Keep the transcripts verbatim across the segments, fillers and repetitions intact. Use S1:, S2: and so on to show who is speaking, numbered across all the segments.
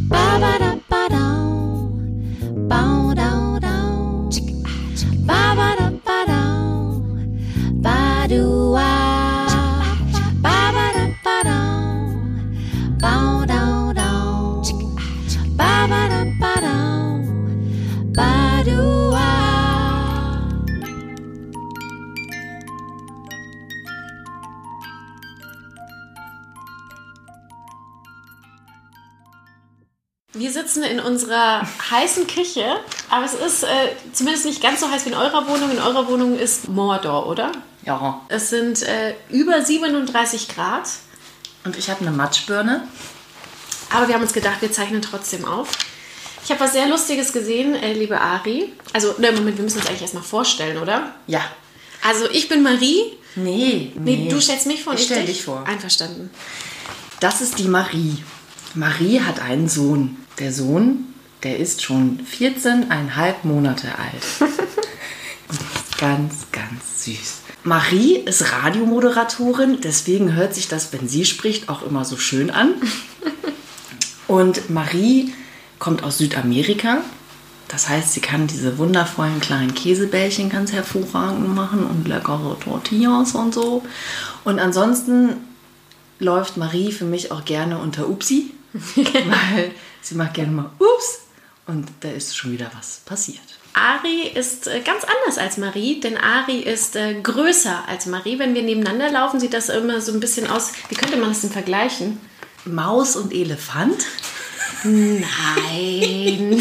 S1: Wir sitzen in unserer heißen Küche, aber es ist äh, zumindest nicht ganz so heiß wie in eurer Wohnung. In eurer Wohnung ist Mordor, oder?
S2: Ja.
S1: Es sind äh, über siebenunddreißig Grad.
S2: Und ich habe eine Matschbirne.
S1: Aber wir haben uns gedacht, wir zeichnen trotzdem auf. Ich habe was sehr Lustiges gesehen, äh, liebe Ari. Also, ne, Moment, wir müssen uns eigentlich erstmal vorstellen, oder?
S2: Ja.
S1: Also, ich bin Marie.
S2: Nee, nee.
S1: Nee, du stellst mich vor.
S2: Ich stell dich vor.
S1: Einverstanden. Das
S2: ist die Marie. Marie hat einen Sohn. Der Sohn, der ist schon vierzehneinhalb Monate alt. Und ist ganz, ganz süß. Marie ist Radiomoderatorin, deswegen hört sich das, wenn sie spricht, auch immer so schön an. Und Marie kommt aus Südamerika. Das heißt, sie kann diese wundervollen kleinen Käsebällchen ganz hervorragend machen und leckere Tortillas und so. Und ansonsten läuft Marie für mich auch gerne unter Upsi, weil sie macht gerne mal Ups und da ist schon wieder was passiert.
S1: Ari ist äh, ganz anders als Marie, denn Ari ist äh, größer als Marie. Wenn wir nebeneinander laufen, sieht das immer so ein bisschen aus. Wie könnte man das denn vergleichen?
S2: Maus und Elefant?
S1: Nein.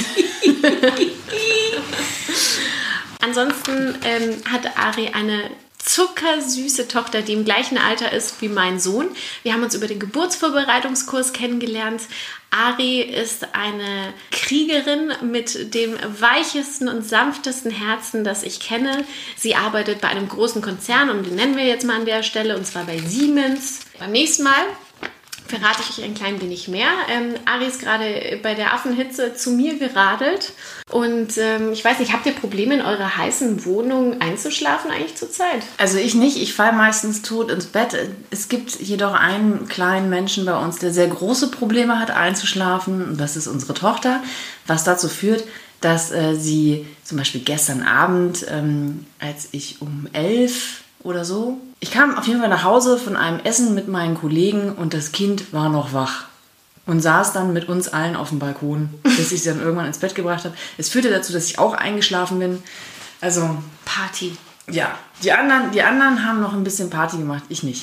S1: Ansonsten ähm, hat Ari eine zuckersüße Tochter, die im gleichen Alter ist wie mein Sohn. Wir haben uns über den Geburtsvorbereitungskurs kennengelernt. Ari ist eine Kriegerin mit dem weichesten und sanftesten Herzen, das ich kenne. Sie arbeitet bei einem großen Konzern und den nennen wir jetzt mal an der Stelle, und zwar bei Siemens. Beim nächsten Mal verrate ich euch ein klein wenig mehr. Ähm, Ari ist gerade bei der Affenhitze zu mir geradelt. Und ähm, ich weiß nicht, habt ihr Probleme in eurer heißen Wohnung einzuschlafen eigentlich zurzeit?
S2: Also ich nicht, ich falle meistens tot ins Bett. Es gibt jedoch einen kleinen Menschen bei uns, der sehr große Probleme hat einzuschlafen. Und das ist unsere Tochter, was dazu führt, dass äh, sie zum Beispiel gestern Abend, ähm, als ich um elf oder so, ich kam auf jeden Fall nach Hause von einem Essen mit meinen Kollegen und das Kind war noch wach und saß dann mit uns allen auf dem Balkon, bis ich sie dann irgendwann ins Bett gebracht habe. Es führte dazu, dass ich auch eingeschlafen bin. Also
S1: Party.
S2: Ja, die anderen, die anderen haben noch ein bisschen Party gemacht, ich nicht.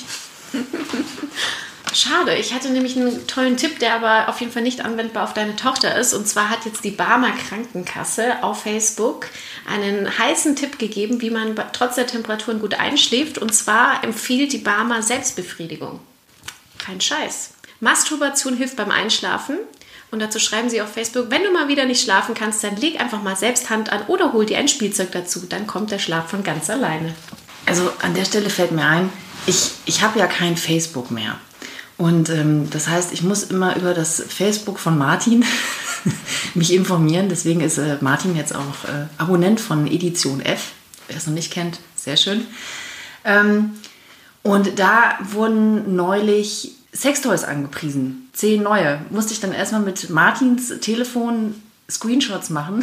S1: Schade, ich hatte nämlich einen tollen Tipp, der aber auf jeden Fall nicht anwendbar auf deine Tochter ist. Und zwar hat jetzt die Barmer Krankenkasse auf Facebook einen heißen Tipp gegeben, wie man trotz der Temperaturen gut einschläft. Und zwar empfiehlt die Barmer Selbstbefriedigung. Kein Scheiß. Masturbation hilft beim Einschlafen. Und dazu schreiben sie auf Facebook, wenn du mal wieder nicht schlafen kannst, dann leg einfach mal selbst Hand an oder hol dir ein Spielzeug dazu. Dann kommt der Schlaf von ganz alleine.
S2: Also an der Stelle fällt mir ein, ich, ich habe ja kein Facebook mehr. Und ähm, das heißt, ich muss immer über das Facebook von Martin mich informieren. Deswegen ist äh, Martin jetzt auch äh, Abonnent von Edition F. Wer es noch nicht kennt, sehr schön. Ähm, und da wurden neulich Sextoys angepriesen. Zehn neue. Musste ich dann erstmal mit Martins Telefon Screenshots machen.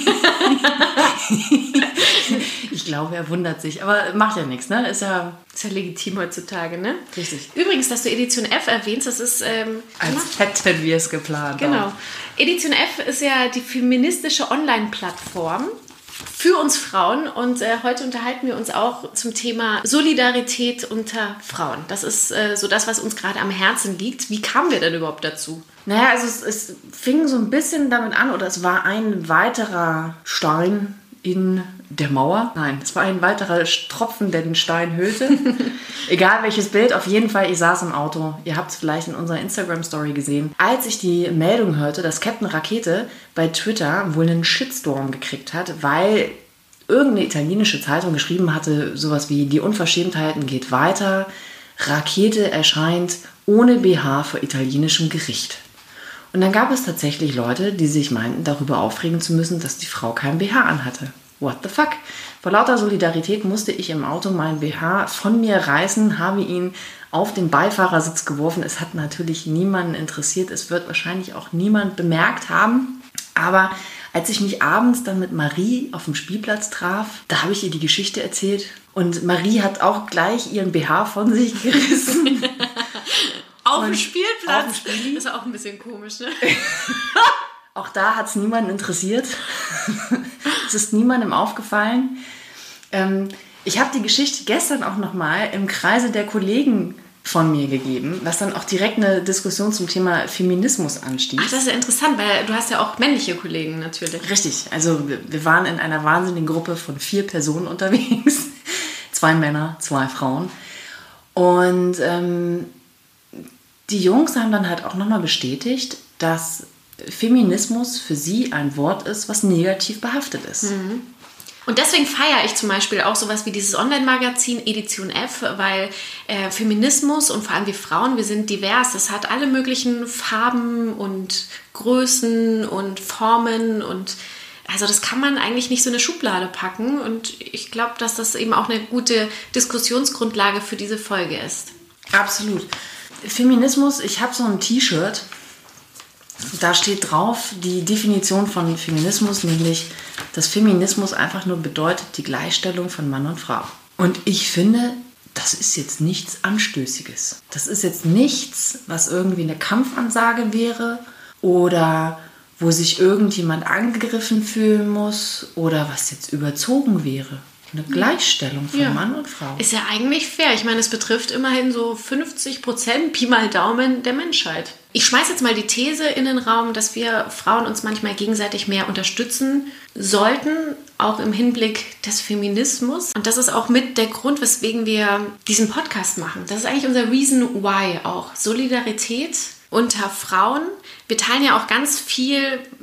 S2: Ich glaube, er wundert sich, aber macht ja nichts, ne? Ist ja,
S1: ist ja legitim heutzutage, ne?
S2: Richtig.
S1: Übrigens, dass du Edition F erwähnst, das ist... Ähm,
S2: Als hätten wir es geplant.
S1: Genau.
S2: Auch.
S1: Edition F ist ja die feministische Online-Plattform für uns Frauen und äh, heute unterhalten wir uns auch zum Thema Solidarität unter Frauen. Das ist äh, so das, was uns gerade am Herzen liegt. Wie kamen wir denn überhaupt dazu?
S2: Naja, also es, es fing so ein bisschen damit an, oder es war ein weiterer Stein in der Mauer. Nein, es war ein weiterer Tropfen, der den Stein hüllte. Egal welches Bild, auf jeden Fall, ich saß im Auto. Ihr habt es vielleicht in unserer Instagram-Story gesehen. Als ich die Meldung hörte, dass Captain Rakete bei Twitter wohl einen Shitstorm gekriegt hat, weil irgendeine italienische Zeitung geschrieben hatte, sowas wie, die Unverschämtheiten geht weiter, Rakete erscheint ohne B H vor italienischem Gericht. Und dann gab es tatsächlich Leute, die sich meinten, darüber aufregen zu müssen, dass die Frau kein B H anhatte. what the fuck? Vor lauter Solidarität musste ich im Auto meinen B H von mir reißen, habe ihn auf den Beifahrersitz geworfen. Es hat natürlich niemanden interessiert. Es wird wahrscheinlich auch niemand bemerkt haben. Aber als ich mich abends dann mit Marie auf dem Spielplatz traf, da habe ich ihr die Geschichte erzählt. Und Marie hat auch gleich ihren B H von sich gerissen.
S1: Auf dem Spielplatz?
S2: Auf dem Spiel.
S1: Das ist auch ein bisschen komisch, ne?
S2: Auch da hat es niemanden interessiert. Es ist niemandem aufgefallen. Ähm, ich habe die Geschichte gestern auch nochmal im Kreise der Kollegen von mir gegeben, was dann auch direkt eine Diskussion zum Thema Feminismus anstieß.
S1: Ach, das ist ja interessant, weil du hast ja auch männliche Kollegen natürlich.
S2: Richtig, also wir, wir waren in einer wahnsinnigen Gruppe von vier Personen unterwegs. Zwei Männer, zwei Frauen. Und ähm, die Jungs haben dann halt auch nochmal bestätigt, dass Feminismus für sie ein Wort ist, was negativ behaftet ist.
S1: Mhm. Und deswegen feiere ich zum Beispiel auch sowas wie dieses Online-Magazin Edition F, weil äh, Feminismus und vor allem wir Frauen, wir sind divers. Das hat alle möglichen Farben und Größen und Formen und also das kann man eigentlich nicht so in eine Schublade packen. Und ich glaube, dass das eben auch eine gute Diskussionsgrundlage für diese Folge ist.
S2: Absolut. Feminismus, ich habe so ein T-Shirt, da steht drauf die Definition von Feminismus, nämlich, dass Feminismus einfach nur bedeutet die Gleichstellung von Mann und Frau. Und ich finde, das ist jetzt nichts Anstößiges. Das ist jetzt nichts, was irgendwie eine Kampfansage wäre oder wo sich irgendjemand angegriffen fühlen muss oder was jetzt überzogen wäre. Eine Gleichstellung von ja. Mann und Frau.
S1: Ist ja eigentlich fair. Ich meine, es betrifft immerhin so fünfzig Prozent, Pi mal Daumen, der Menschheit. Ich schmeiße jetzt mal die These in den Raum, dass wir Frauen uns manchmal gegenseitig mehr unterstützen sollten, auch im Hinblick des Feminismus. Und das ist auch mit der Grund, weswegen wir diesen Podcast machen. Das ist eigentlich unser Reason Why auch. Solidarität unter Frauen. Wir teilen ja auch ganz viel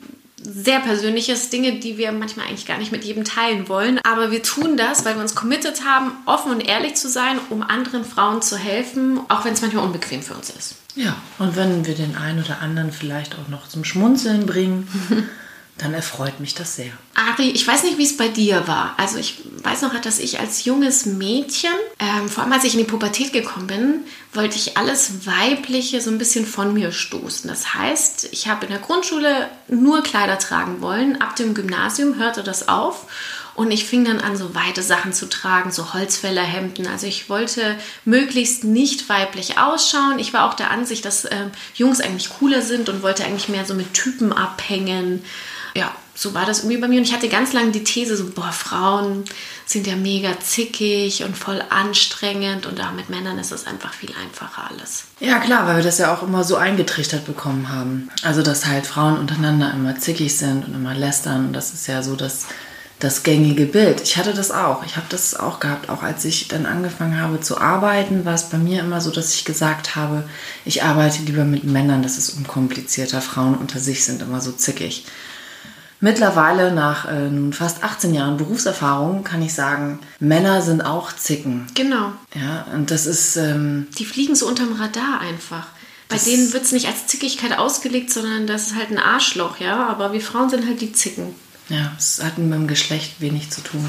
S1: sehr Persönliches, Dinge, die wir manchmal eigentlich gar nicht mit jedem teilen wollen. Aber wir tun das, weil wir uns committed haben, offen und ehrlich zu sein, um anderen Frauen zu helfen, auch wenn es manchmal unbequem für uns ist.
S2: Ja, und wenn wir den einen oder anderen vielleicht auch noch zum Schmunzeln bringen, dann erfreut mich das sehr.
S1: Ari, ich weiß nicht, wie es bei dir war. Also ich weiß noch, dass ich als junges Mädchen, ähm, vor allem als ich in die Pubertät gekommen bin, wollte ich alles Weibliche so ein bisschen von mir stoßen. Das heißt, ich habe in der Grundschule nur Kleider tragen wollen. Ab dem Gymnasium hörte das auf. Und ich fing dann an, so weite Sachen zu tragen, so Holzfällerhemden. Also ich wollte möglichst nicht weiblich ausschauen. Ich war auch der Ansicht, dass äh, Jungs eigentlich cooler sind und wollte eigentlich mehr so mit Typen abhängen. Ja, so war das irgendwie bei mir. Und ich hatte ganz lange die These, so, boah, Frauen sind ja mega zickig und voll anstrengend. Und auch mit Männern ist das einfach viel einfacher alles.
S2: Ja, klar, weil wir das ja auch immer so eingetrichtert bekommen haben. Also, dass halt Frauen untereinander immer zickig sind und immer lästern. Und das ist ja so das... das gängige Bild. Ich hatte das auch. Ich habe das auch gehabt. Auch als ich dann angefangen habe zu arbeiten, war es bei mir immer so, dass ich gesagt habe, ich arbeite lieber mit Männern, das ist unkomplizierter. Frauen unter sich sind immer so zickig. Mittlerweile, nach äh, nun fast achtzehn Jahren Berufserfahrung, kann ich sagen, Männer sind auch Zicken.
S1: Genau.
S2: Ja, und das ist... Ähm,
S1: Die fliegen so unterm Radar einfach. Bei denen wird es nicht als Zickigkeit ausgelegt, sondern das ist halt ein Arschloch, ja. Aber wir Frauen sind halt die Zicken.
S2: Ja, es hat mit dem Geschlecht wenig zu tun.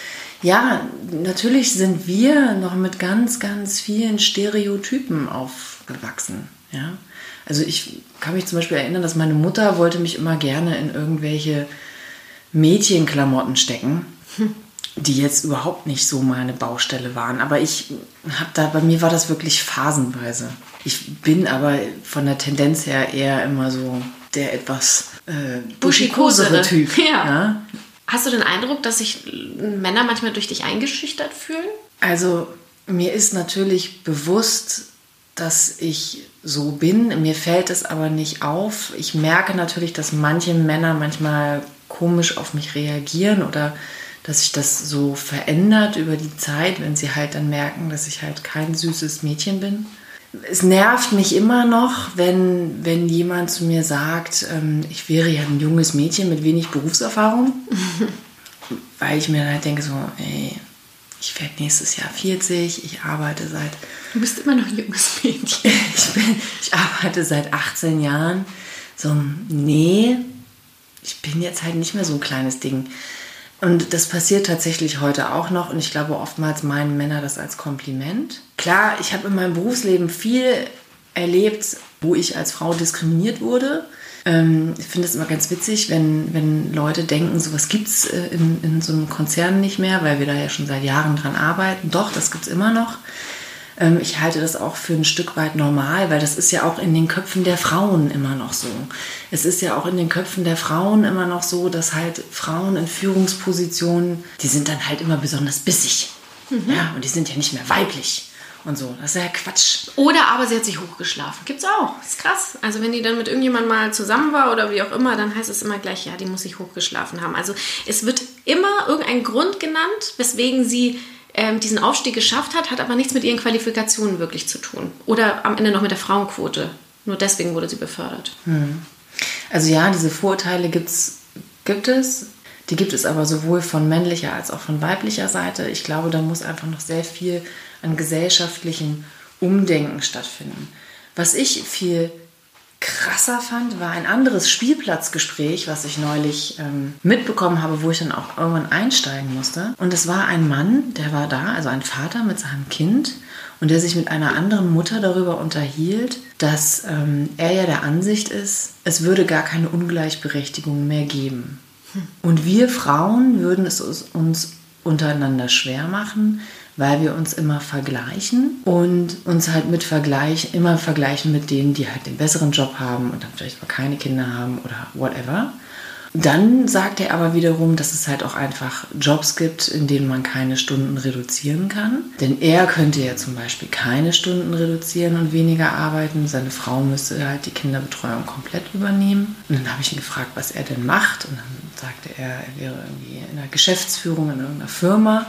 S2: Ja, natürlich sind wir noch mit ganz, ganz vielen Stereotypen aufgewachsen. Ja? Also ich kann mich zum Beispiel erinnern, dass meine Mutter wollte mich immer gerne in irgendwelche Mädchenklamotten stecken, hm. die jetzt überhaupt nicht so meine Baustelle waren. Aber ich habe da, bei mir war das wirklich phasenweise. Ich bin aber von der Tendenz her eher immer so der etwas äh, buschikosere Typ.
S1: Ja.
S2: Ja?
S1: Hast du den Eindruck, dass sich Männer manchmal durch dich eingeschüchtert fühlen?
S2: Also mir ist natürlich bewusst, dass ich so bin. Mir fällt es aber nicht auf. Ich merke natürlich, dass manche Männer manchmal komisch auf mich reagieren oder dass sich das so verändert über die Zeit, wenn sie halt dann merken, dass ich halt kein süßes Mädchen bin. Es nervt mich immer noch, wenn, wenn jemand zu mir sagt, ähm, ich wäre ja ein junges Mädchen mit wenig Berufserfahrung. Weil ich mir halt denke so, ey, ich werde nächstes Jahr vierzig, ich arbeite seit...
S1: Du bist immer noch ein junges Mädchen.
S2: ich, bin, ich arbeite seit achtzehn Jahren. So, nee, ich bin jetzt halt nicht mehr so ein kleines Ding. Und das passiert tatsächlich heute auch noch und ich glaube, oftmals meinen Männer das als Kompliment. Klar, ich habe in meinem Berufsleben viel erlebt, wo ich als Frau diskriminiert wurde. Ähm, ich finde es immer ganz witzig, wenn, wenn Leute denken, sowas gibt es in, in so einem Konzern nicht mehr, weil wir da ja schon seit Jahren dran arbeiten. Doch, das gibt es immer noch. Ähm, ich halte das auch für ein Stück weit normal, weil das ist ja auch in den Köpfen der Frauen immer noch so. Es ist ja auch in den Köpfen der Frauen immer noch so, dass halt Frauen in Führungspositionen, die sind dann halt immer besonders bissig. Mhm. Ja, und die sind ja nicht mehr weiblich. Und so, das ist ja Quatsch.
S1: Oder aber sie hat sich hochgeschlafen. Gibt's auch. Das ist krass. Also wenn die dann mit irgendjemandem mal zusammen war oder wie auch immer, dann heißt es immer gleich, ja, die muss sich hochgeschlafen haben. Also es wird immer irgendein Grund genannt, weswegen sie ähm, diesen Aufstieg geschafft hat, hat aber nichts mit ihren Qualifikationen wirklich zu tun. Oder am Ende noch mit der Frauenquote. Nur deswegen wurde sie befördert.
S2: Hm. Also ja, diese Vorurteile gibt's, gibt es. Die gibt es aber sowohl von männlicher als auch von weiblicher Seite. Ich glaube, da muss einfach noch sehr viel an gesellschaftlichen Umdenken stattfinden. Was ich viel krasser fand, war ein anderes Spielplatzgespräch, was ich neulich ähm, mitbekommen habe, wo ich dann auch irgendwann einsteigen musste. Und es war ein Mann, der war da, also ein Vater mit seinem Kind, und der sich mit einer anderen Mutter darüber unterhielt, dass ähm, er ja der Ansicht ist, es würde gar keine Ungleichberechtigung mehr geben. Hm. Und wir Frauen würden es uns untereinander schwer machen, weil wir uns immer vergleichen und uns halt mit Vergleich immer vergleichen mit denen, die halt den besseren Job haben und dann vielleicht mal keine Kinder haben oder whatever. Dann sagt er aber wiederum, dass es halt auch einfach Jobs gibt, in denen man keine Stunden reduzieren kann. Denn er könnte ja zum Beispiel keine Stunden reduzieren und weniger arbeiten. Seine Frau müsste halt die Kinderbetreuung komplett übernehmen. Und dann habe ich ihn gefragt, was er denn macht. Und dann sagte er, er wäre irgendwie in der Geschäftsführung in irgendeiner Firma.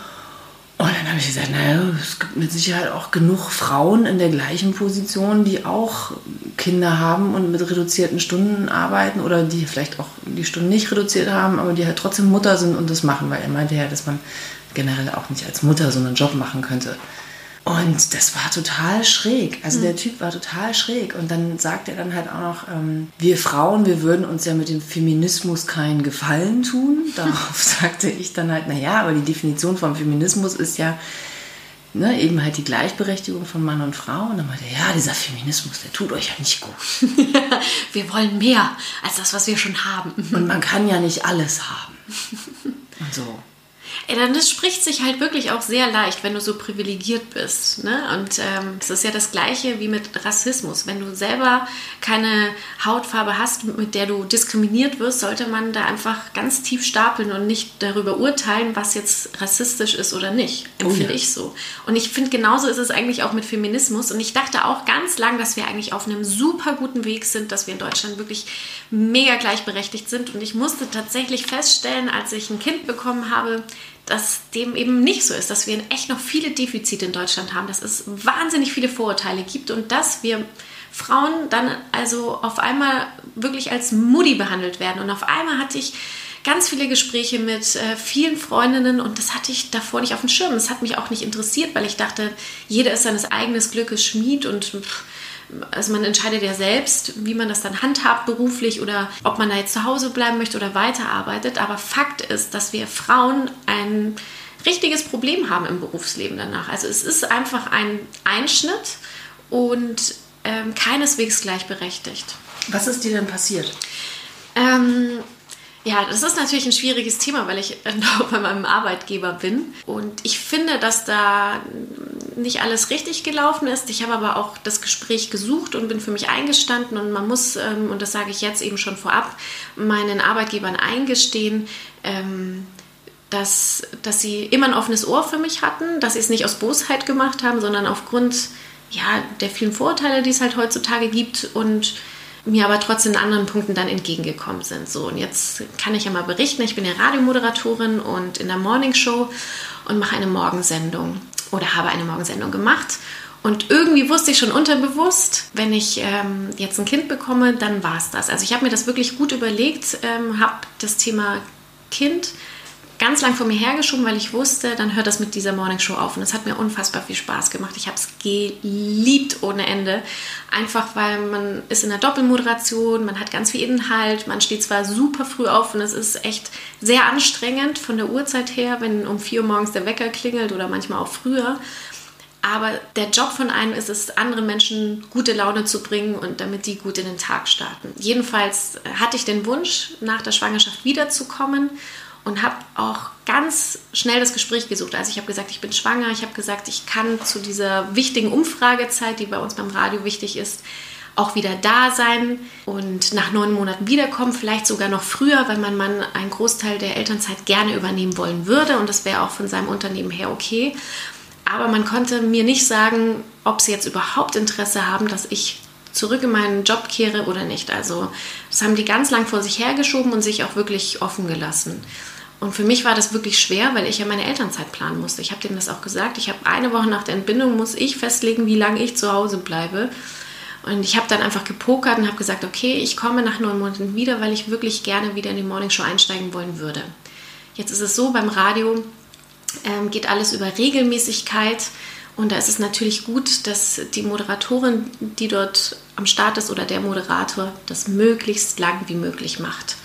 S2: Und dann habe ich gesagt, naja, es gibt mit Sicherheit auch genug Frauen in der gleichen Position, die auch Kinder haben und mit reduzierten Stunden arbeiten oder die vielleicht auch die Stunden nicht reduziert haben, aber die halt trotzdem Mutter sind und das machen, weil er meinte ja, dass man generell auch nicht als Mutter so einen Job machen könnte. Und das war total schräg. Also der Typ war total schräg. Und dann sagt er dann halt auch noch, ähm, wir Frauen, wir würden uns ja mit dem Feminismus keinen Gefallen tun. Darauf sagte ich dann halt, naja, aber die Definition vom Feminismus ist ja ne, eben halt die Gleichberechtigung von Mann und Frau. Und dann meinte er, ja, dieser Feminismus, der tut euch ja nicht gut.
S1: Wir wollen mehr als das, was wir schon haben.
S2: Und man kann ja nicht alles haben. Und so.
S1: Das spricht sich halt wirklich auch sehr leicht, wenn du so privilegiert bist. Ne? Und ähm, es ist ja das Gleiche wie mit Rassismus. Wenn du selber keine Hautfarbe hast, mit der du diskriminiert wirst, sollte man da einfach ganz tief stapeln und nicht darüber urteilen, was jetzt rassistisch ist oder nicht. Empfinde oh ja. ich so. Und ich finde, genauso ist es eigentlich auch mit Feminismus. Und ich dachte auch ganz lang, dass wir eigentlich auf einem super guten Weg sind, dass wir in Deutschland wirklich mega gleichberechtigt sind. Und ich musste tatsächlich feststellen, als ich ein Kind bekommen habe, dass dem eben nicht so ist, dass wir echt noch viele Defizite in Deutschland haben, dass es wahnsinnig viele Vorurteile gibt und dass wir Frauen dann also auf einmal wirklich als Mutti behandelt werden. Und auf einmal hatte ich ganz viele Gespräche mit äh, vielen Freundinnen und das hatte ich davor nicht auf dem Schirm. Das hat mich auch nicht interessiert, weil ich dachte, jeder ist seines eigenen Glückes Schmied und pff, also man entscheidet ja selbst, wie man das dann handhabt beruflich oder ob man da jetzt zu Hause bleiben möchte oder weiterarbeitet. Aber Fakt ist, dass wir Frauen ein richtiges Problem haben im Berufsleben danach. Also es ist einfach ein Einschnitt und ähm, keineswegs gleichberechtigt.
S2: Was ist dir denn passiert?
S1: Ähm... Ja, das ist natürlich ein schwieriges Thema, weil ich noch bei meinem Arbeitgeber bin. Und ich finde, dass da nicht alles richtig gelaufen ist. Ich habe aber auch das Gespräch gesucht und bin für mich eingestanden. Und man muss, und das sage ich jetzt eben schon vorab, meinen Arbeitgebern eingestehen, dass, dass sie immer ein offenes Ohr für mich hatten, dass sie es nicht aus Bosheit gemacht haben, sondern aufgrund ja, der vielen Vorurteile, die es halt heutzutage gibt und mir aber trotzdem in anderen Punkten dann entgegengekommen sind. So, und jetzt kann ich ja mal berichten, ich bin ja Radiomoderatorin und in der Morningshow und mache eine Morgensendung oder habe eine Morgensendung gemacht. Und irgendwie wusste ich schon unterbewusst, wenn ich ähm, jetzt ein Kind bekomme, dann war es das. Also ich habe mir das wirklich gut überlegt, ähm, habe das Thema Kind ganz lang vor mir hergeschoben, weil ich wusste, dann hört das mit dieser Morningshow auf. Und es hat mir unfassbar viel Spaß gemacht. Ich habe es geliebt ohne Ende. Einfach, weil man ist in der Doppelmoderation, man hat ganz viel Inhalt, man steht zwar super früh auf und es ist echt sehr anstrengend von der Uhrzeit her, wenn um vier Uhr morgens der Wecker klingelt oder manchmal auch früher. Aber der Job von einem ist es, anderen Menschen gute Laune zu bringen und damit die gut in den Tag starten. Jedenfalls hatte ich den Wunsch, nach der Schwangerschaft wiederzukommen und habe auch ganz schnell das Gespräch gesucht. Also ich habe gesagt, ich bin schwanger. Ich habe gesagt, ich kann zu dieser wichtigen Umfragezeit, die bei uns beim Radio wichtig ist, auch wieder da sein und nach neun Monaten wiederkommen. Vielleicht sogar noch früher, weil mein Mann einen Großteil der Elternzeit gerne übernehmen wollen würde. Und das wäre auch von seinem Unternehmen her okay. Aber man konnte mir nicht sagen, ob sie jetzt überhaupt Interesse haben, dass ich zurück in meinen Job kehre oder nicht. Also das haben die ganz lang vor sich hergeschoben und sich auch wirklich offen gelassen. Und für mich war das wirklich schwer, weil ich ja meine Elternzeit planen musste. Ich habe denen das auch gesagt. Ich habe eine Woche nach der Entbindung, muss ich festlegen, wie lange ich zu Hause bleibe. Und ich habe dann einfach gepokert und habe gesagt, okay, ich komme nach neun Monaten wieder, weil ich wirklich gerne wieder in die Morningshow einsteigen wollen würde. Jetzt ist es so, beim Radio ähm, geht alles über Regelmäßigkeit. Und da ist es natürlich gut, dass die Moderatorin, die dort am Start ist, oder der Moderator das möglichst lang wie möglich macht.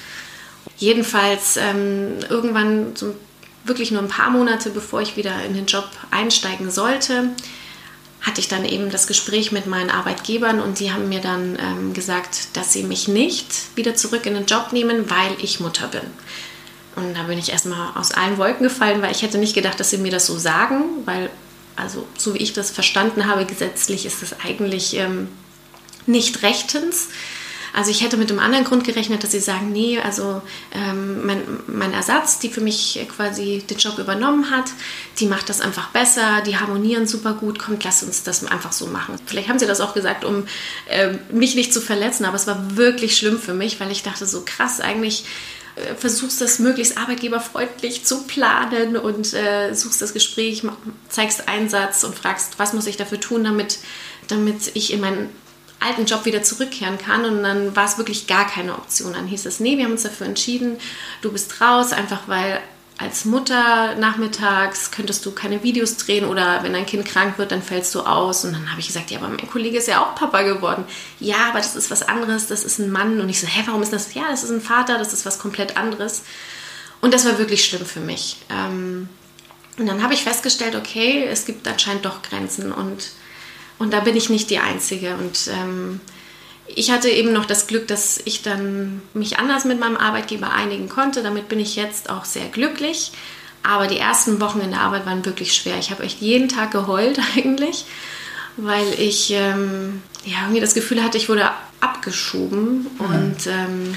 S1: Jedenfalls ähm, irgendwann, so wirklich nur ein paar Monate bevor ich wieder in den Job einsteigen sollte, hatte ich dann eben das Gespräch mit meinen Arbeitgebern und die haben mir dann ähm, gesagt, dass sie mich nicht wieder zurück in den Job nehmen, weil ich Mutter bin. Und da bin ich erstmal aus allen Wolken gefallen, weil ich hätte nicht gedacht, dass sie mir das so sagen, weil, also so wie ich das verstanden habe, gesetzlich ist das eigentlich ähm, nicht rechtens. Also ich hätte mit dem anderen Grund gerechnet, dass sie sagen, nee, also ähm, mein, mein Ersatz, die für mich quasi den Job übernommen hat, die macht das einfach besser, die harmonieren super gut, kommt, lass uns das einfach so machen. Vielleicht haben sie das auch gesagt, um äh, mich nicht zu verletzen, aber es war wirklich schlimm für mich, weil ich dachte so krass, eigentlich äh, versuchst das möglichst arbeitgeberfreundlich zu planen und äh, suchst das Gespräch, zeigst Einsatz und fragst, was muss ich dafür tun, damit, damit ich in meinen alten Job wieder zurückkehren kann. Und dann war es wirklich gar keine Option. Dann hieß es, nee, wir haben uns dafür entschieden, du bist raus, einfach weil als Mutter nachmittags könntest du keine Videos drehen oder wenn dein Kind krank wird, dann fällst du aus. Und dann habe ich gesagt, ja, aber mein Kollege ist ja auch Papa geworden. Ja, aber das ist was anderes, das ist ein Mann. Und ich so, hä, warum ist das? Ja, das ist ein Vater, das ist was komplett anderes. Und das war wirklich schlimm für mich. Und dann habe ich festgestellt, okay, es gibt anscheinend doch Grenzen und Und da bin ich nicht die Einzige. Und ähm, ich hatte eben noch das Glück, dass ich dann mich anders mit meinem Arbeitgeber einigen konnte. Damit bin ich jetzt auch sehr glücklich. Aber die ersten Wochen in der Arbeit waren wirklich schwer. Ich habe echt jeden Tag geheult eigentlich, weil ich ähm, ja, irgendwie das Gefühl hatte, ich wurde abgeschoben. Mhm. Und ähm,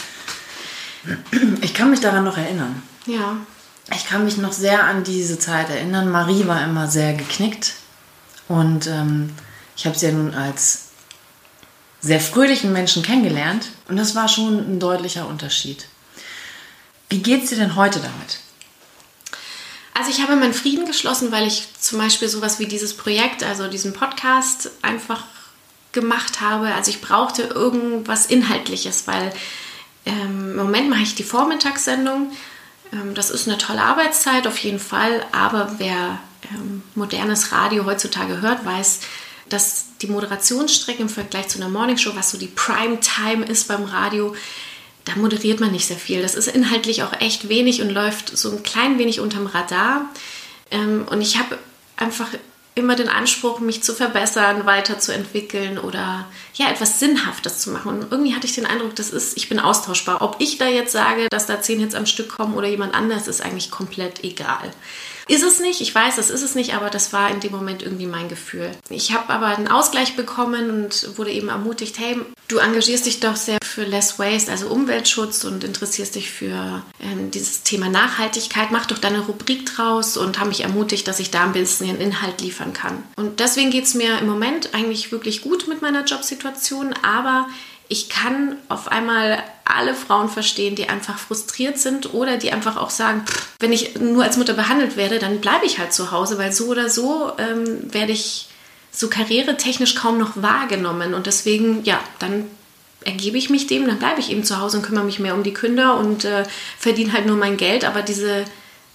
S2: ich kann mich daran noch erinnern.
S1: Ja.
S2: Ich kann mich noch sehr an diese Zeit erinnern. Marie war immer sehr geknickt. Und ähm, ich habe sie ja nun als sehr fröhlichen Menschen kennengelernt. Und das war schon ein deutlicher Unterschied. Wie geht's dir denn heute damit?
S1: Also ich habe meinen Frieden geschlossen, weil ich zum Beispiel sowas wie dieses Projekt, also diesen Podcast einfach gemacht habe. Also ich brauchte irgendwas Inhaltliches, weil ähm, im Moment mache ich die Vormittagssendung. Ähm, das ist eine tolle Arbeitszeit auf jeden Fall, aber wer modernes Radio heutzutage hört, weiß, dass die Moderationsstrecke im Vergleich zu einer Morningshow, was so die Primetime ist beim Radio, da moderiert man nicht sehr viel. Das ist inhaltlich auch echt wenig und läuft so ein klein wenig unterm Radar. Und ich habe einfach immer den Anspruch, mich zu verbessern, weiterzuentwickeln oder ja, etwas Sinnhaftes zu machen. Und irgendwie hatte ich den Eindruck, das ist, ich bin austauschbar. Ob ich da jetzt sage, dass da zehn Hits am Stück kommen oder jemand anders, ist eigentlich komplett egal. Ist es nicht, ich weiß, das ist es nicht, aber das war in dem Moment irgendwie mein Gefühl. Ich habe aber einen Ausgleich bekommen und wurde eben ermutigt, hey, du engagierst dich doch sehr für Less Waste, also Umweltschutz und interessierst dich für ähm, dieses Thema Nachhaltigkeit, mach doch da eine Rubrik draus und haben mich ermutigt, dass ich da ein bisschen Inhalt liefern kann. Und deswegen geht es mir im Moment eigentlich wirklich gut mit meiner Jobsituation, aber ich kann auf einmal alle Frauen verstehen, die einfach frustriert sind oder die einfach auch sagen, pff, wenn ich nur als Mutter behandelt werde, dann bleibe ich halt zu Hause, weil so oder so ähm, werde ich so karrieretechnisch kaum noch wahrgenommen. Und deswegen, ja, dann ergebe ich mich dem, dann bleibe ich eben zu Hause und kümmere mich mehr um die Kinder und äh, verdiene halt nur mein Geld. Aber diese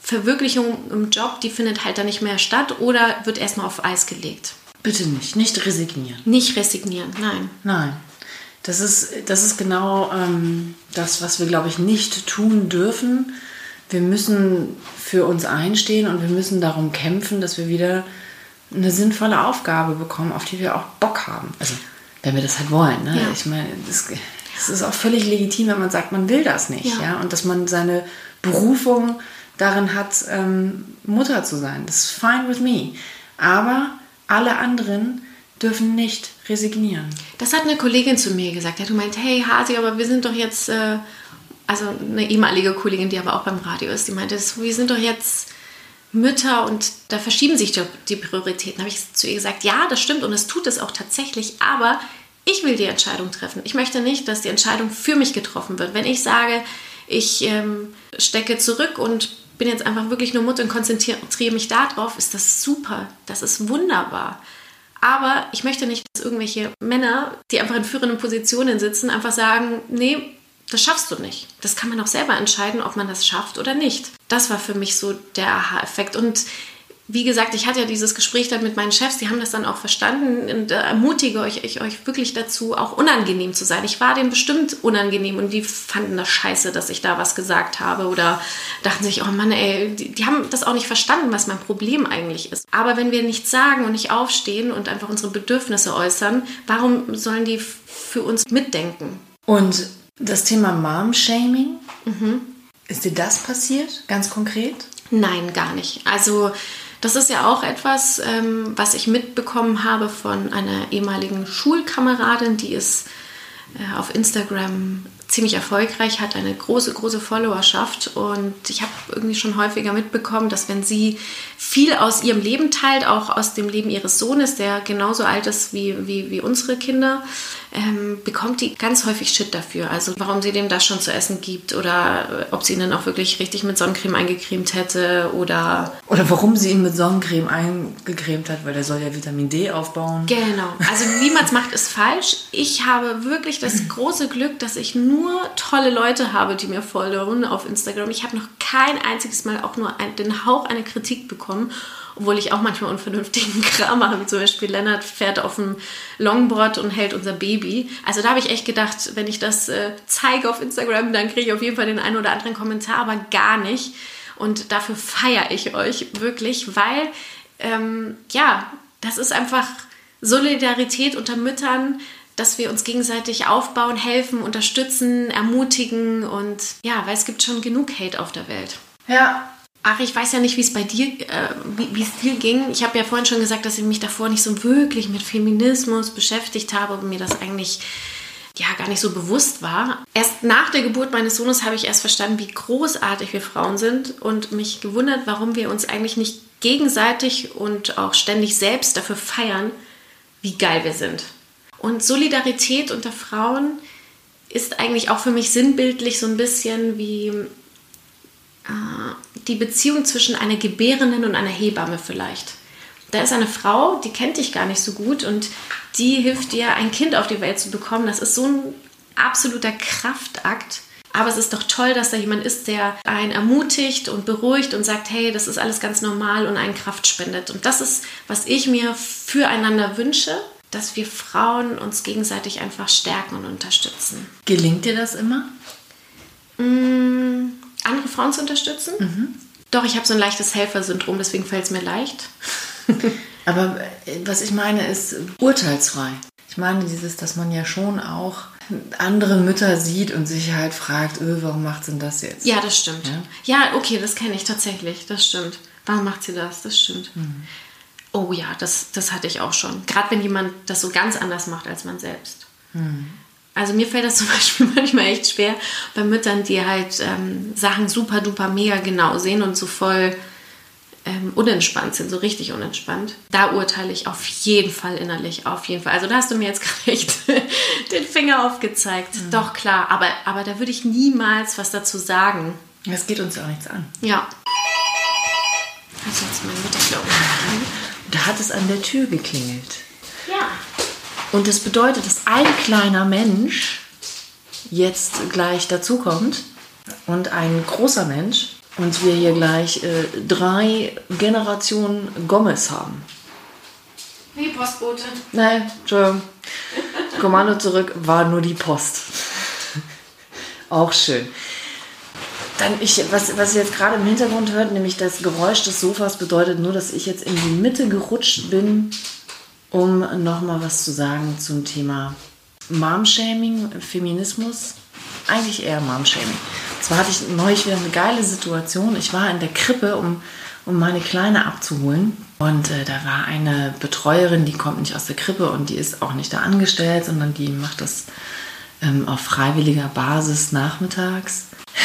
S1: Verwirklichung im Job, die findet halt dann nicht mehr statt oder wird erstmal auf Eis gelegt.
S2: Bitte nicht, nicht resignieren.
S1: Nicht resignieren, nein.
S2: Nein. Das ist, das ist genau ähm, das, was wir, glaube ich, nicht tun dürfen. Wir müssen für uns einstehen und wir müssen darum kämpfen, dass wir wieder eine sinnvolle Aufgabe bekommen, auf die wir auch Bock haben. Also, wenn wir das halt wollen. Ne?
S1: Ja.
S2: Ich meine, das, das ist auch völlig legitim, wenn man sagt, man will das nicht.
S1: Ja.
S2: Ja? Und dass man seine Berufung darin hat, ähm, Mutter zu sein. Das ist fine with me. Aber alle anderen dürfen nicht resignieren.
S1: Das hat eine Kollegin zu mir gesagt. Die hat gemeint, hey Hasi, aber wir sind doch jetzt, äh, also eine ehemalige Kollegin, die aber auch beim Radio ist, die meinte, wir sind doch jetzt Mütter und da verschieben sich doch die Prioritäten. Habe ich zu ihr gesagt, ja, das stimmt und es tut es auch tatsächlich, aber ich will die Entscheidung treffen. Ich möchte nicht, dass die Entscheidung für mich getroffen wird. Wenn ich sage, ich ähm, stecke zurück und bin jetzt einfach wirklich nur Mutter und konzentriere mich darauf, ist das super. Das ist wunderbar. Aber ich möchte nicht, dass irgendwelche Männer, die einfach in führenden Positionen sitzen, einfach sagen, nee, das schaffst du nicht. Das kann man auch selber entscheiden, ob man das schafft oder nicht. Das war für mich so der Aha-Effekt. Und wie gesagt, ich hatte ja dieses Gespräch dann mit meinen Chefs, die haben das dann auch verstanden und äh, ermutige euch, ich, euch wirklich dazu, auch unangenehm zu sein. Ich war denen bestimmt unangenehm und die fanden das scheiße, dass ich da was gesagt habe oder dachten sich, oh Mann, ey, die, die haben das auch nicht verstanden, was mein Problem eigentlich ist. Aber wenn wir nichts sagen und nicht aufstehen und einfach unsere Bedürfnisse äußern, warum sollen die f- für uns mitdenken?
S2: Und das Thema Mom-Shaming, mhm. ist dir das passiert, ganz konkret?
S1: Nein, gar nicht. Also das ist ja auch etwas, ähm, was ich mitbekommen habe von einer ehemaligen Schulkameradin, die ist äh, auf Instagram ziemlich erfolgreich, hat eine große, große Followerschaft und ich habe irgendwie schon häufiger mitbekommen, dass wenn sie viel aus ihrem Leben teilt, auch aus dem Leben ihres Sohnes, der genauso alt ist wie, wie, wie unsere Kinder, ähm, bekommt die ganz häufig Shit dafür. Also warum sie dem das schon zu essen gibt oder ob sie ihn dann auch wirklich richtig mit Sonnencreme eingecremt hätte oder...
S2: Oder warum sie ihn mit Sonnencreme eingecremt hat, weil der soll ja Vitamin D aufbauen.
S1: Genau. Also wie man es macht, ist falsch. Ich habe wirklich das große Glück, dass ich nur tolle Leute habe, die mir folgen auf Instagram. Ich habe noch kein einziges Mal auch nur ein, den Hauch einer Kritik bekommen, obwohl ich auch manchmal unvernünftigen Kram mache, wie zum Beispiel Lennart fährt auf dem Longboard und hält unser Baby. Also da habe ich echt gedacht, wenn ich das äh, zeige auf Instagram, dann kriege ich auf jeden Fall den einen oder anderen Kommentar, aber gar nicht. Und dafür feiere ich euch wirklich, weil, ähm, ja, das ist einfach Solidarität unter Müttern, dass wir uns gegenseitig aufbauen, helfen, unterstützen, ermutigen und ja, weil es gibt schon genug Hate auf der Welt.
S2: Ja.
S1: Ach, ich weiß ja nicht, wie es bei dir, äh, wie es dir ging. Ich habe ja vorhin schon gesagt, dass ich mich davor nicht so wirklich mit Feminismus beschäftigt habe und mir das eigentlich ja gar nicht so bewusst war. Erst nach der Geburt meines Sohnes habe ich erst verstanden, wie großartig wir Frauen sind und mich gewundert, warum wir uns eigentlich nicht gegenseitig und auch ständig selbst dafür feiern, wie geil wir sind. Und Solidarität unter Frauen ist eigentlich auch für mich sinnbildlich so ein bisschen wie äh, die Beziehung zwischen einer Gebärenden und einer Hebamme vielleicht. Da ist eine Frau, die kennt dich gar nicht so gut und die hilft dir, ein Kind auf die Welt zu bekommen. Das ist so ein absoluter Kraftakt. Aber es ist doch toll, dass da jemand ist, der einen ermutigt und beruhigt und sagt, hey, das ist alles ganz normal und einen Kraft spendet. Und das ist, was ich mir füreinander wünsche, dass wir Frauen uns gegenseitig einfach stärken und unterstützen.
S2: Gelingt dir das immer?
S1: Mmh, andere Frauen zu unterstützen?
S2: Mhm.
S1: Doch, ich habe so ein leichtes Helfersyndrom, deswegen fällt es mir leicht.
S2: Aber was ich meine ist urteilsfrei. Ich meine dieses, dass man ja schon auch andere Mütter sieht und sich halt fragt, öh, warum macht sie denn das jetzt?
S1: Ja, das stimmt. Ja, ja, okay, das kenne ich tatsächlich, das stimmt. Warum macht sie das? Das stimmt. Mhm. Oh ja, das, das hatte ich auch schon. Gerade wenn jemand das so ganz anders macht als man selbst. Mhm. Also mir fällt das zum Beispiel manchmal echt schwer bei Müttern, die halt ähm, Sachen super duper mega genau sehen und so voll ähm, unentspannt sind, so richtig unentspannt. Da urteile ich auf jeden Fall innerlich, auf jeden Fall. Also da hast du mir jetzt gerade echt den Finger aufgezeigt. Mhm. Doch, klar, aber, aber da würde ich niemals was dazu sagen.
S2: Das geht uns ja auch nichts an.
S1: Ja. Also jetzt meine Mutter, glaube ich.
S2: Da hat es an der Tür geklingelt.
S1: Ja.
S2: Und das bedeutet, dass ein kleiner Mensch jetzt gleich dazukommt und ein großer Mensch. und wir hier gleich äh, drei Generationen Gomez haben.
S1: Wie Postbote.
S2: Nein, Entschuldigung. Kommando zurück, war nur die Post. Auch schön. Dann ich, was, was ihr jetzt gerade im Hintergrund hört, nämlich das Geräusch des Sofas, bedeutet nur, dass ich jetzt in die Mitte gerutscht bin, um nochmal was zu sagen zum Thema Mom-Shaming, Feminismus. Eigentlich eher Mom-Shaming. Und zwar hatte ich neulich wieder eine geile Situation. Ich war in der Krippe, um, um meine Kleine abzuholen. Und äh, da war eine Betreuerin, die kommt nicht aus der Krippe und die ist auch nicht da angestellt, sondern die macht das ähm, auf freiwilliger Basis nachmittags.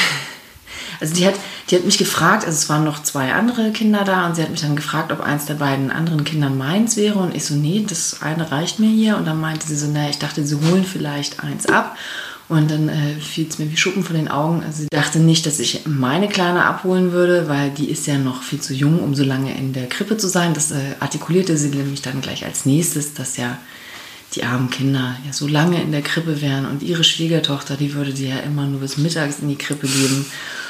S2: Also die hat, die hat mich gefragt, also es waren noch zwei andere Kinder da und sie hat mich dann gefragt, ob eins der beiden anderen Kinder meins wäre und ich so, nee, das eine reicht mir hier und dann meinte sie so, naja, ich dachte, sie holen vielleicht eins ab und dann äh, fiel es mir wie Schuppen von den Augen. Also sie dachte nicht, dass ich meine Kleine abholen würde, weil die ist ja noch viel zu jung, um so lange in der Krippe zu sein. Das äh, artikulierte sie nämlich dann gleich als nächstes, dass ja die armen Kinder ja so lange in der Krippe wären und ihre Schwiegertochter, die würde sie ja immer nur bis mittags in die Krippe geben.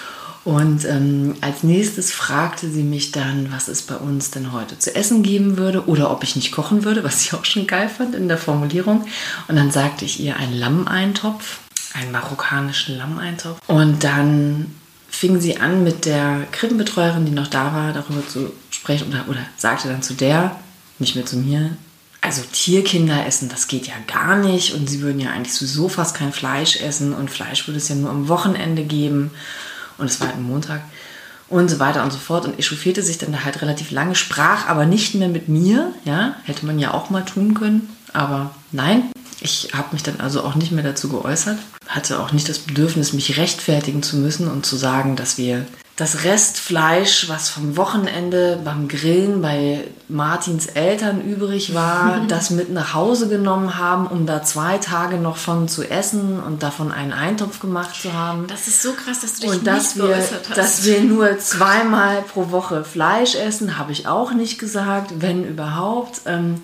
S2: Und ähm, als nächstes fragte sie mich dann, was es bei uns denn heute zu essen geben würde oder ob ich nicht kochen würde, was ich auch schon geil fand in der Formulierung. Und dann sagte ich ihr einen Lammeintopf, einen marokkanischen Lammeintopf. Und dann fing sie an mit der Krippenbetreuerin, die noch da war, darüber zu sprechen oder, oder sagte dann zu der, nicht mehr zu mir, also Tierkinder essen, das geht ja gar nicht und sie würden ja eigentlich sowieso fast kein Fleisch essen und Fleisch würde es ja nur am Wochenende geben. Und es war halt ein Montag und so weiter und so fort. Und echauffierte sich dann da halt relativ lange, sprach aber nicht mehr mit mir. Ja, hätte man ja auch mal tun können. Aber nein, ich habe mich dann also auch nicht mehr dazu geäußert. Hatte auch nicht das Bedürfnis, mich rechtfertigen zu müssen und zu sagen, dass wir das Restfleisch, was vom Wochenende beim Grillen bei Martins Eltern übrig war, das mit nach Hause genommen haben, um da zwei Tage noch von zu essen und davon einen Eintopf gemacht zu haben.
S1: Das ist so krass, dass du dich
S2: und
S1: nicht
S2: dass wir,
S1: geäußert hast.
S2: dass wir nur zweimal pro Woche Fleisch essen, habe ich auch nicht gesagt, wenn überhaupt. Ähm,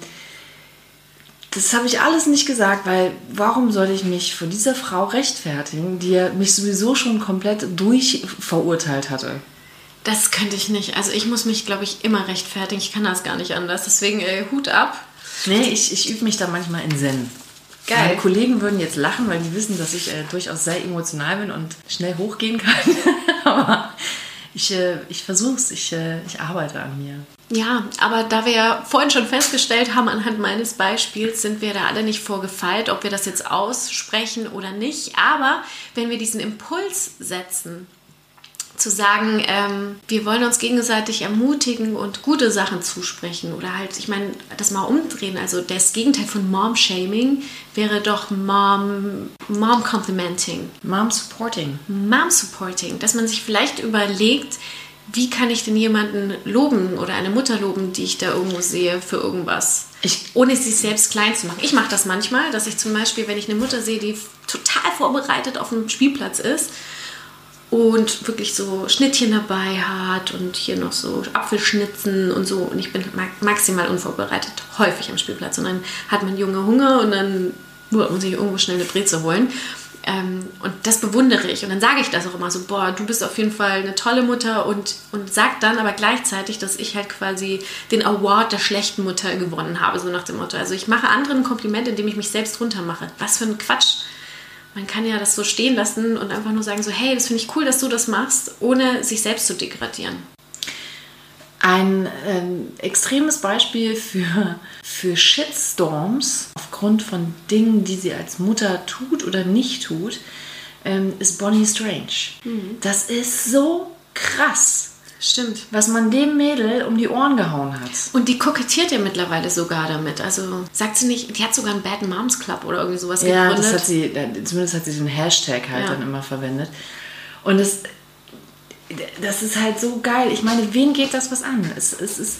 S2: Das habe ich alles nicht gesagt, weil warum sollte ich mich vor dieser Frau rechtfertigen, die ja mich sowieso schon komplett durchverurteilt hatte?
S1: Das könnte ich nicht. Also ich muss mich, glaube ich, immer rechtfertigen. Ich kann das gar nicht anders. Deswegen äh, Hut ab.
S2: Nee, ich, ich übe mich da manchmal in Zen.
S1: Geil.
S2: Meine Kollegen würden jetzt lachen, weil die wissen, dass ich äh, durchaus sehr emotional bin und schnell hochgehen kann. Aber ich, äh, ich versuche es, ich, äh, ich arbeite an mir.
S1: Ja, aber da wir ja vorhin schon festgestellt haben, anhand meines Beispiels sind wir da alle nicht vorgefeilt, ob wir das jetzt aussprechen oder nicht. Aber wenn wir diesen Impuls setzen, zu sagen, ähm, wir wollen uns gegenseitig ermutigen und gute Sachen zusprechen oder halt, ich meine, das mal umdrehen. Also das Gegenteil von Mom-Shaming wäre doch Mom, Mom-Complimenting.
S2: Mom-Supporting.
S1: Mom-Supporting, dass man sich vielleicht überlegt, wie kann ich denn jemanden loben oder eine Mutter loben, die ich da irgendwo sehe für irgendwas,
S2: Ich,
S1: ohne sich selbst klein zu machen. Ich mache das manchmal, dass ich zum Beispiel, wenn ich eine Mutter sehe, die total vorbereitet auf einem Spielplatz ist und wirklich so Schnittchen dabei hat und hier noch so Apfelschnitzen und so und ich bin maximal unvorbereitet, häufig am Spielplatz und dann hat man junge Hunger und dann muss ich irgendwo schnell eine Breze holen. Ähm, und das bewundere ich. Und dann sage ich das auch immer so, boah, du bist auf jeden Fall eine tolle Mutter und, und sag dann aber gleichzeitig, dass ich halt quasi den Award der schlechten Mutter gewonnen habe, so nach dem Motto. Also ich mache anderen ein Kompliment, indem ich mich selbst runtermache. Was für ein Quatsch. Man kann ja das so stehen lassen und einfach nur sagen so, hey, das finde ich cool, dass du das machst, ohne sich selbst zu degradieren.
S2: Ein ähm, extremes Beispiel für, für Shitstorms aufgrund von Dingen, die sie als Mutter tut oder nicht tut, ähm, ist Bonnie Strange. Mhm. Das ist so krass,
S1: Stimmt.
S2: was man dem Mädel um die Ohren gehauen hat.
S1: Und die kokettiert ja mittlerweile sogar damit. Also sagt sie nicht, die hat sogar einen Bad Moms Club oder irgendwie sowas
S2: ja,
S1: gegründet.
S2: Ja, das hat sie, zumindest hat sie den Hashtag halt
S1: ja.
S2: dann immer verwendet. Und es Das ist halt so geil. Ich meine, wen geht das was an? Es, es ist,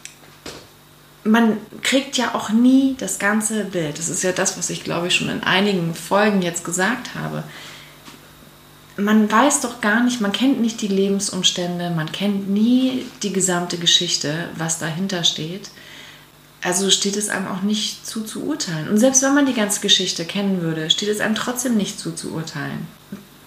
S2: man kriegt ja auch nie das ganze Bild. Das ist ja das, was ich, glaube ich, schon in einigen Folgen jetzt gesagt habe. Man weiß doch gar nicht, man kennt nicht die Lebensumstände, man kennt nie die gesamte Geschichte, was dahinter steht. Also steht es einem auch nicht zu, zu urteilen. Und selbst wenn man die ganze Geschichte kennen würde, steht es einem trotzdem nicht zu, zu urteilen.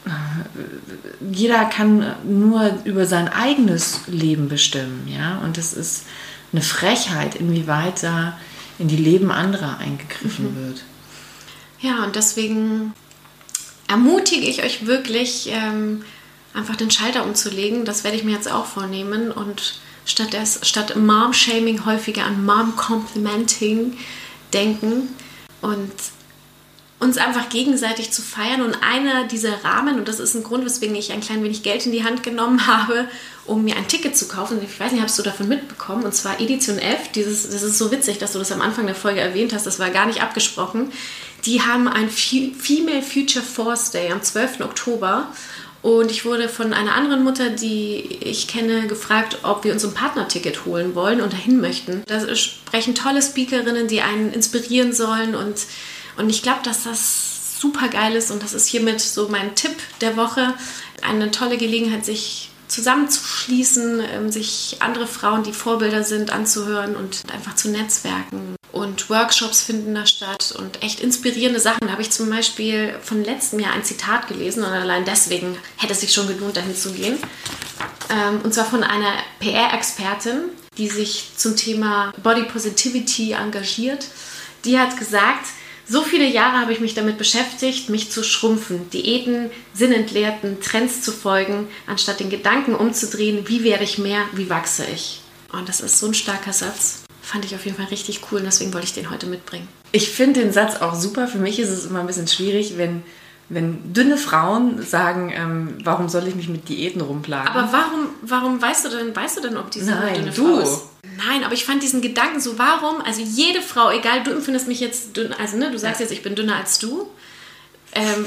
S2: jeder kann nur über sein eigenes Leben bestimmen, ja, und es ist eine Frechheit, inwieweit da in die Leben anderer eingegriffen mhm. wird.
S1: Ja, und deswegen ermutige ich euch wirklich, ähm, einfach den Schalter umzulegen. Das werde ich mir jetzt auch vornehmen und statt, des, statt Mom-Shaming häufiger an Mom-Complimenting denken und uns einfach gegenseitig zu feiern. Und einer dieser Rahmen, und das ist ein Grund, weswegen ich ein klein wenig Geld in die Hand genommen habe, um mir ein Ticket zu kaufen. Ich weiß nicht, hast du davon mitbekommen? Und zwar Edition F. Dieses, das ist so witzig, dass du das am Anfang der Folge erwähnt hast. Das war gar nicht abgesprochen. Die haben ein Female Future Force Day am zwölften Oktober. Und ich wurde von einer anderen Mutter, die ich kenne, gefragt, ob wir uns ein Partnerticket holen wollen und dahin möchten. Da sprechen tolle Speakerinnen, die einen inspirieren sollen. Und, und ich glaube, dass das super geil ist. Und das ist hiermit so mein Tipp der Woche. Eine tolle Gelegenheit, sich zusammenzuschließen, sich andere Frauen, die Vorbilder sind, anzuhören und einfach zu netzwerken. Und Workshops finden da statt und echt inspirierende Sachen. Da habe ich zum Beispiel von letztem Jahr ein Zitat gelesen und allein deswegen hätte es sich schon gelohnt, dahin zu gehen. Und zwar von einer P R-Expertin, die sich zum Thema Body Positivity engagiert. Die hat gesagt, so viele Jahre habe ich mich damit beschäftigt, mich zu schrumpfen, Diäten, sinnentleerten Trends zu folgen, anstatt den Gedanken umzudrehen, wie werde ich mehr, wie wachse ich. Und das ist so ein starker Satz. Fand ich auf jeden Fall richtig cool und deswegen wollte ich den heute mitbringen.
S2: Ich finde den Satz auch super. Für mich ist es immer ein bisschen schwierig, wenn, wenn dünne Frauen sagen, ähm, warum soll ich mich mit Diäten rumplagen?
S1: Aber warum, warum weißt du denn, weißt du denn, ob diese
S2: Nein,
S1: dünne
S2: du.
S1: Frau ist? Nein, aber ich fand diesen Gedanken so, warum, also jede Frau, egal, du empfindest mich jetzt dünn, also ne, du sagst jetzt, ich bin dünner als du. Ähm,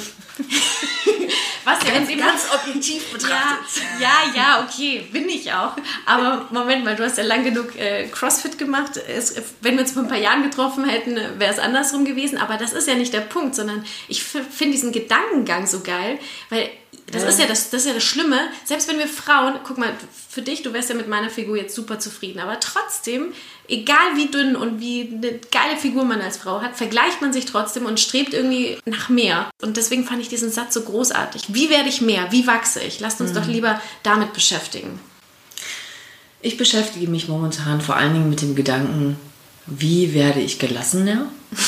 S1: was ja
S2: ganz,
S1: jetzt
S2: ganz objektiv betrachtet.
S1: Ja, ja, ja, okay, bin ich auch. Aber Moment mal, du hast ja lang genug äh, CrossFit gemacht. Es, wenn wir uns vor ein paar Jahren getroffen hätten, wäre es andersrum gewesen. Aber das ist ja nicht der Punkt, sondern ich finde diesen Gedankengang so geil, weil das, ja. Ist ja das, das ist ja das Schlimme. Selbst wenn wir Frauen, guck mal, für dich, du wärst ja mit meiner Figur jetzt super zufrieden, aber trotzdem, egal wie dünn und wie eine geile Figur man als Frau hat, vergleicht man sich trotzdem und strebt irgendwie nach mehr. Und deswegen fand ich diesen Satz so großartig. Wie werde ich mehr? Wie wachse ich? Lasst uns mhm. doch lieber damit beschäftigen.
S2: Ich beschäftige mich momentan vor allen Dingen mit dem Gedanken, wie werde ich gelassener?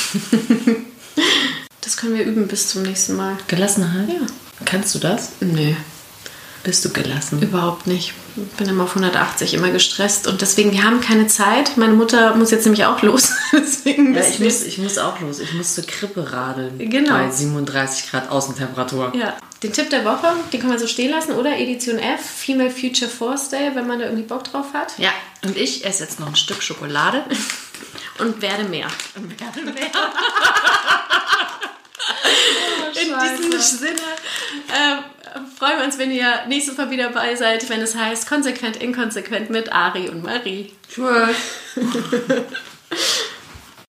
S1: Das können wir üben bis zum nächsten Mal.
S2: Gelassenheit?
S1: Ja.
S2: Kannst du das?
S1: Nee.
S2: Bist du gelassen?
S1: Überhaupt nicht. Ich bin immer auf hundertachtzig, immer gestresst. Und deswegen, wir haben keine Zeit. Meine Mutter muss jetzt nämlich auch los. deswegen
S2: ja, ich muss, ich muss auch los. Ich muss zur Krippe radeln.
S1: Genau.
S2: Bei siebenunddreißig Grad Außentemperatur.
S1: Ja. Den Tipp der Woche, den kann man so stehen lassen, oder? Edition F, Female Future Force Day, wenn man da irgendwie Bock drauf hat.
S2: Ja. Und ich esse jetzt noch ein Stück Schokolade.
S1: Und werde mehr.
S2: Und werde mehr.
S1: In diesem Sinne äh, freuen wir uns, wenn ihr nächstes Mal wieder dabei seid, wenn es heißt Konsequent Inkonsequent mit Ari und Marie.
S2: Tschüss.